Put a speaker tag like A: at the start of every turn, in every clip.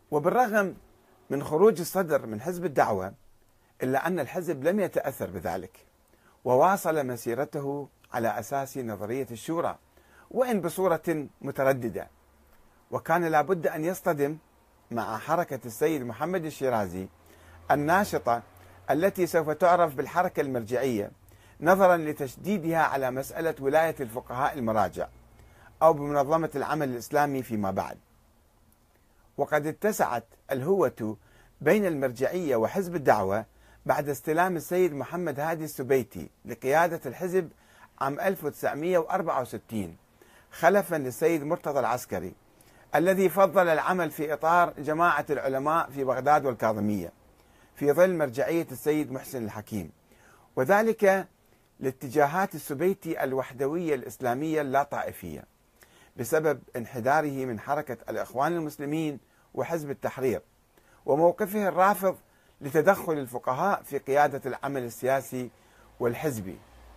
A: وبالرغم من خروج الصدر من حزب الدعوة إلا أن الحزب لم يتأثر بذلك، وواصل مسيرته على أساس نظرية الشورى وإن بصورة مترددة. وكان لابد أن يصطدم مع حركة السيد محمد الشيرازي الناشطة التي سوف تعرف بالحركة المرجعية، نظرا لتشديدها على مسألة ولاية الفقهاء المراجع أو بمنظمة العمل الإسلامي فيما بعد. وقد اتسعت الهوة بين المرجعية وحزب الدعوة بعد استلام السيد محمد هادي السبيتي لقيادة الحزب عام 1964 خلفا للسيد مرتضى العسكري، الذي فضل العمل في إطار جماعة العلماء في بغداد والكاظمية في ظل مرجعية السيد محسن الحكيم، وذلك لاتجاهات السبيتي الوحدوية الإسلامية اللا طائفية بسبب انحداره من حركة الإخوان المسلمين وحزب التحرير، وموقفه الرافض لتدخل الفقهاء في قيادة العمل السياسي والحزبي.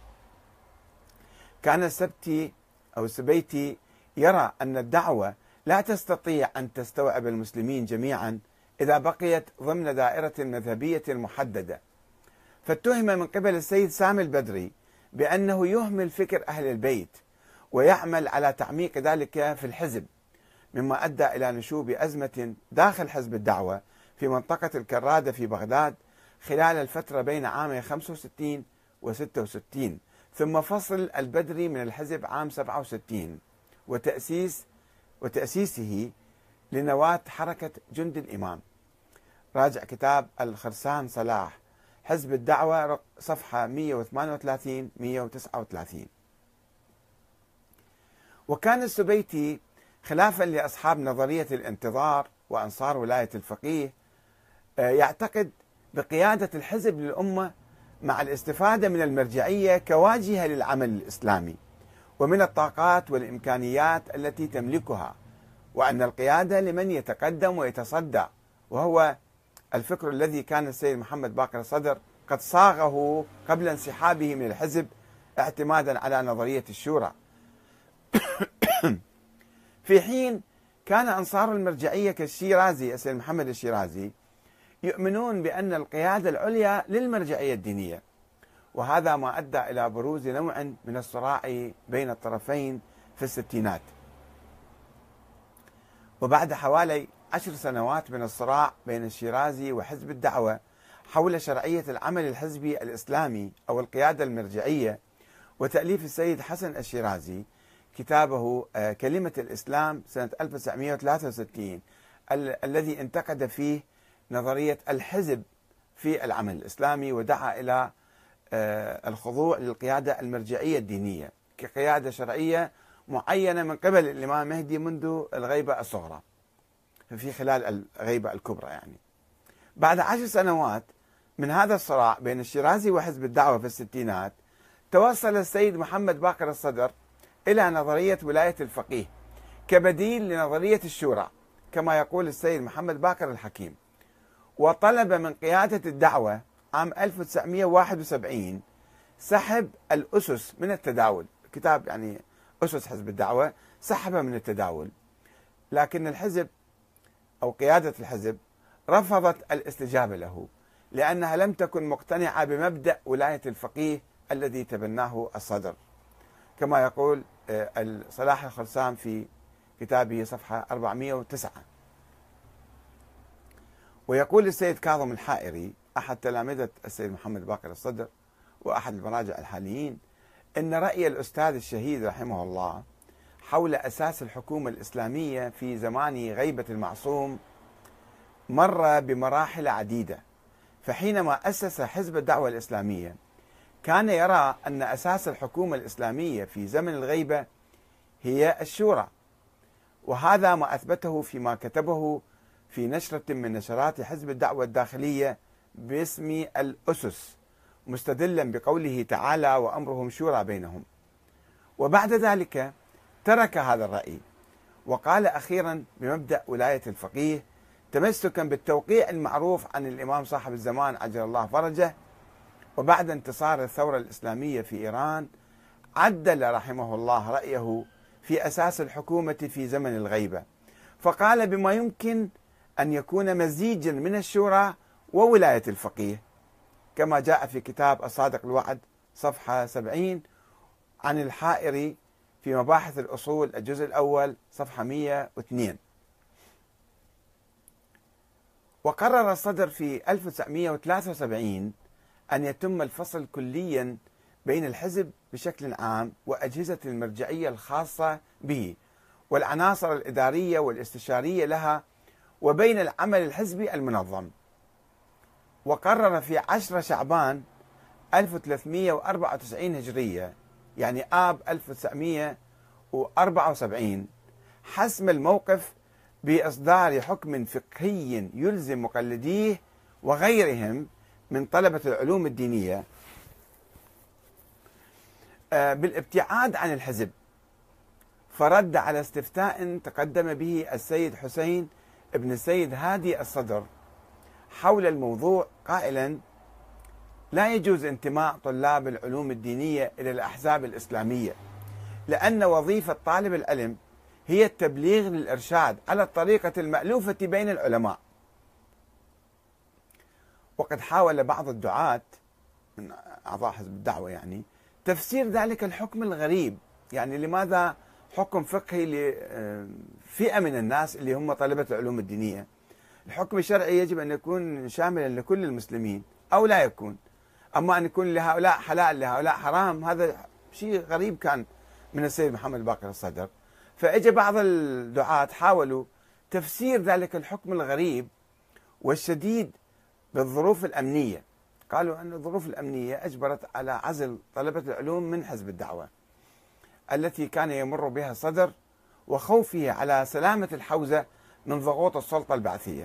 A: كان السبيتي يرى أن الدعوة لا تستطيع أن تستوعب المسلمين جميعا إذا بقيت ضمن دائرة مذهبية محددة، فاتهم من قبل السيد سامي البدري بأنه يهمل فكر أهل البيت ويعمل على تعميق ذلك في الحزب، مما أدى إلى نشوب أزمة داخل حزب الدعوة في منطقة الكرادة في بغداد خلال الفترة بين عام 65 و 66، ثم فصل البدري من الحزب عام 67 وتأسيسه لنواة حركة جند الإمام. راجع كتاب الخرسان صلاح حزب الدعوة صفحة 138-139. وكان السبيتي خلافا لأصحاب نظرية الانتظار وأنصار ولاية الفقيه يعتقد بقيادة الحزب للأمة مع الاستفادة من المرجعية كواجهة للعمل الإسلامي ومن الطاقات والإمكانيات التي تملكها، وأن القيادة لمن يتقدم ويتصدى، وهو الفكر الذي كان السيد محمد باقر الصدر قد صاغه قبل انسحابه من الحزب اعتمادا على نظرية الشورى. في حين كان أنصار المرجعية كالشيرازي السيد محمد الشيرازي يؤمنون بأن القيادة العليا للمرجعية الدينية، وهذا ما أدى إلى بروز نوع من الصراع بين الطرفين في الستينات. وبعد حوالي 10 سنوات من الصراع بين الشيرازي وحزب الدعوة حول شرعية العمل الحزبي الإسلامي أو القيادة المرجعية، وتأليف السيد حسن الشيرازي كتابه كلمة الإسلام سنة 1963 الذي انتقد فيه نظرية الحزب في العمل الإسلامي، ودعا إلى الخضوع للقيادة المرجعية الدينية كقيادة شرعية معينة من قبل الإمام مهدي منذ الغيبة الصغرى، في خلال الغيبة الكبرى يعني. بعد 10 سنوات من هذا الصراع بين الشيرازي وحزب الدعوة في الستينات، توصل السيد محمد باقر الصدر إلى نظرية ولاية الفقيه كبديل لنظرية الشورى كما يقول السيد محمد باقر الحكيم، وطلب من قيادة الدعوة عام 1971 سحب الأسس من التداول. كتاب يعني أسس حزب الدعوة سحبها من التداول، لكن الحزب أو قيادة الحزب رفضت الاستجابة له لأنها لم تكن مقتنعة بمبدأ ولاية الفقيه الذي تبناه الصدر، كما يقول صلاح الخرسان في كتابه صفحة 409. ويقول السيد كاظم الحائري أحد تلامذة السيد محمد باقر الصدر وأحد المراجع الحاليين إن رأي الأستاذ الشهيد رحمه الله حول أساس الحكومة الإسلامية في زمان غيبة المعصوم مر بمراحل عديدة، فحينما أسس حزب الدعوة الإسلامية كان يرى أن أساس الحكومة الإسلامية في زمن الغيبة هي الشورى، وهذا ما أثبته فيما كتبه في نشرة من نشرات حزب الدعوة الداخلية باسم الأسس، مستدلا بقوله تعالى وأمرهم شورى بينهم. وبعد ذلك ترك هذا الرأي وقال أخيرا بمبدأ ولاية الفقيه تمسكا بالتوقيع المعروف عن الإمام صاحب الزمان عجل الله فرجه. وبعد انتصار الثورة الإسلامية في إيران عدل رحمه الله رأيه في أساس الحكومة في زمن الغيبة، فقال بما يمكن أن يكون مزيجا من الشورى وولاية الفقيه، كما جاء في كتاب الصادق الوعد صفحة 70 عن الحائري في مباحث الأصول الجزء الأول صفحة 102. وقرر الصدر في 1973 أن يتم الفصل كليا بين الحزب بشكل عام وأجهزة المرجعية الخاصة به والعناصر الإدارية والاستشارية لها، وبين العمل الحزبي المنظم. وقرر في 10 شعبان 1394 هجرية، يعني آب 1974، حسم الموقف بإصدار حكم فقهي يلزم مقلديه وغيرهم من طلبة العلوم الدينية بالابتعاد عن الحزب، فرد على استفتاء تقدم به السيد حسين ابن السيد هادي الصدر حول الموضوع قائلا: لا يجوز انتماء طلاب العلوم الدينية إلى الأحزاب الإسلامية، لأن وظيفة طالب العلم هي التبليغ للإرشاد على الطريقة المألوفة بين العلماء. وقد حاول بعض الدعاة من أعضاء حزب الدعوة تفسير ذلك الحكم الغريب، لماذا حكم فقهي لفئة من الناس اللي هم طلبة العلوم الدينية؟ الحكم الشرعي يجب أن يكون شاملا لكل المسلمين أو لا يكون، أما أن يكون لهؤلاء حلال لهؤلاء حرام هذا شيء غريب كان من السيد محمد باقر الصدر. فإجا بعض الدعاة حاولوا تفسير ذلك الحكم الغريب والشديد بالظروف الأمنية، قالوا أن الظروف الأمنية أجبرت على عزل طلبة العلوم من حزب الدعوة التي كان يمر بها الصدر، وخوفه على سلامة الحوزة من ضغوط السلطة البعثية،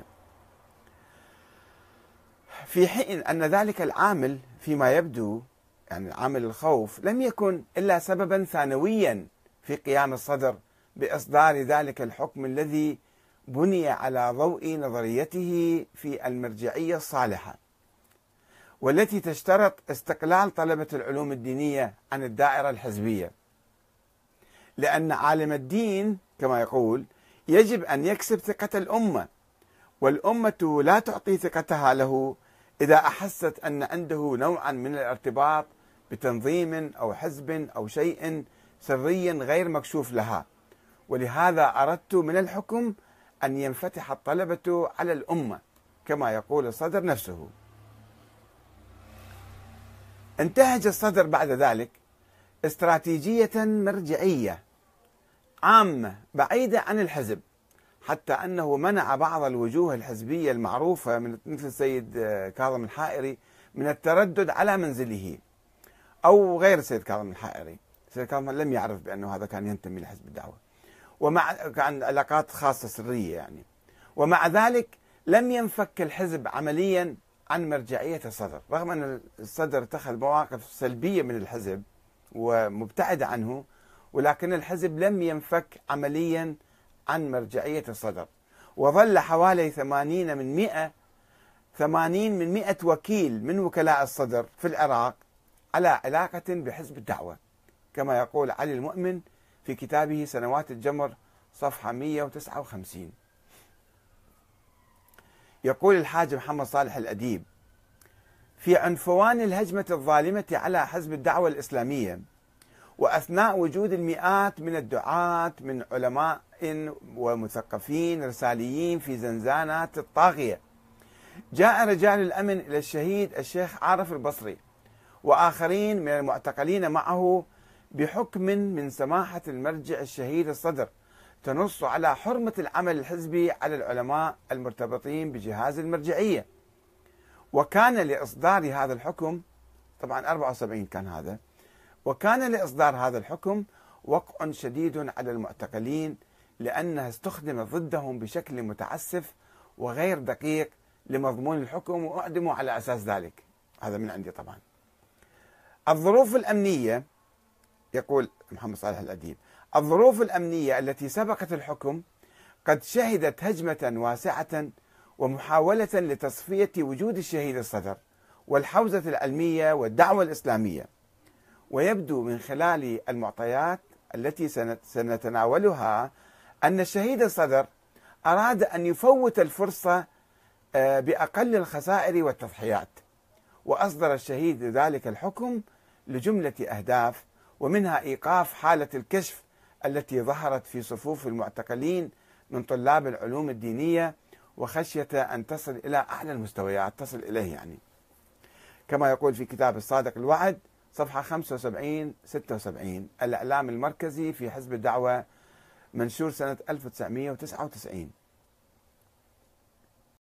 A: في حين أن ذلك العامل فيما يبدو عامل الخوف لم يكن إلا سببا ثانويا في قيام الصدر بإصدار ذلك الحكم الذي بني على ضوء نظريته في المرجعية الصالحة، والتي تشترط استقلال طلبة العلوم الدينية عن الدائرة الحزبية، لأن عالم الدين كما يقول يجب أن يكسب ثقة الأمة، والأمة لا تعطي ثقتها له إذا أحست أن عنده نوعا من الارتباط بتنظيم أو حزب أو شيء سري غير مكشوف لها. ولهذا أردت من الحكم أن ينفتح الطلبة على الأمة كما يقول الصدر نفسه. انتهج الصدر بعد ذلك استراتيجية مرجعية عامة بعيدة عن الحزب، حتى أنه منع بعض الوجوه الحزبية المعروفة مثل السيد كاظم الحائري من التردد على منزله، أو غير السيد كاظم الحائري. السيد كاظم لم يعرف بأنه هذا كان ينتمي لحزب الدعوة، كان علاقات خاصة سرية ومع ذلك لم ينفك الحزب عمليا عن مرجعية الصدر، رغم أن الصدر اتخذ مواقف سلبية من الحزب ومبتعدة عنه، ولكن الحزب لم ينفك عمليا عن مرجعية الصدر، وظل حوالي 80 من 100 وكيل من وكلاء الصدر في العراق على علاقة بحزب الدعوة، كما يقول علي المؤمن في كتابه سنوات الجمر صفحة 159. يقول الحاج محمد صالح الأديب في عنفوان الهجمة الظالمة على حزب الدعوة الإسلامية، وأثناء وجود المئات من الدعاة من علماء ومثقفين رساليين في زنزانات الطاغية، جاء رجال الأمن إلى الشهيد الشيخ عارف البصري وآخرين من المعتقلين معه بحكم من سماحة المرجع الشهيد الصدر تنص على حرمة العمل الحزبي على العلماء المرتبطين بجهاز المرجعية. وكان لإصدار هذا الحكم، طبعا 74 كان هذا، وكان لإصدار هذا الحكم وقع شديد على المعتقلين، لأنها استخدمت ضدهم بشكل متعسف وغير دقيق لمضمون الحكم، وأعدموا على أساس ذلك. هذا من عندي طبعا. الظروف الأمنية، يقول محمد صالح الأديب، الظروف الأمنية التي سبقت الحكم قد شهدت هجمة واسعة ومحاولة لتصفية وجود الشهيد الصدر والحوزة العلمية والدعوة الإسلامية. ويبدو من خلال المعطيات التي سنتناولها أن الشهيد الصدر أراد أن يفوت الفرصة بأقل الخسائر والتضحيات، وأصدر الشهيد ذلك الحكم لجملة أهداف، ومنها إيقاف حالة الكشف التي ظهرت في صفوف المعتقلين من طلاب العلوم الدينية، وخشية أن تصل إلى أعلى المستويات، تصل إليه يعني، كما يقول في كتاب الصادق الوعد صفحة 75-76 الإعلام المركزي في حزب الدعوة، منشور سنة 1999.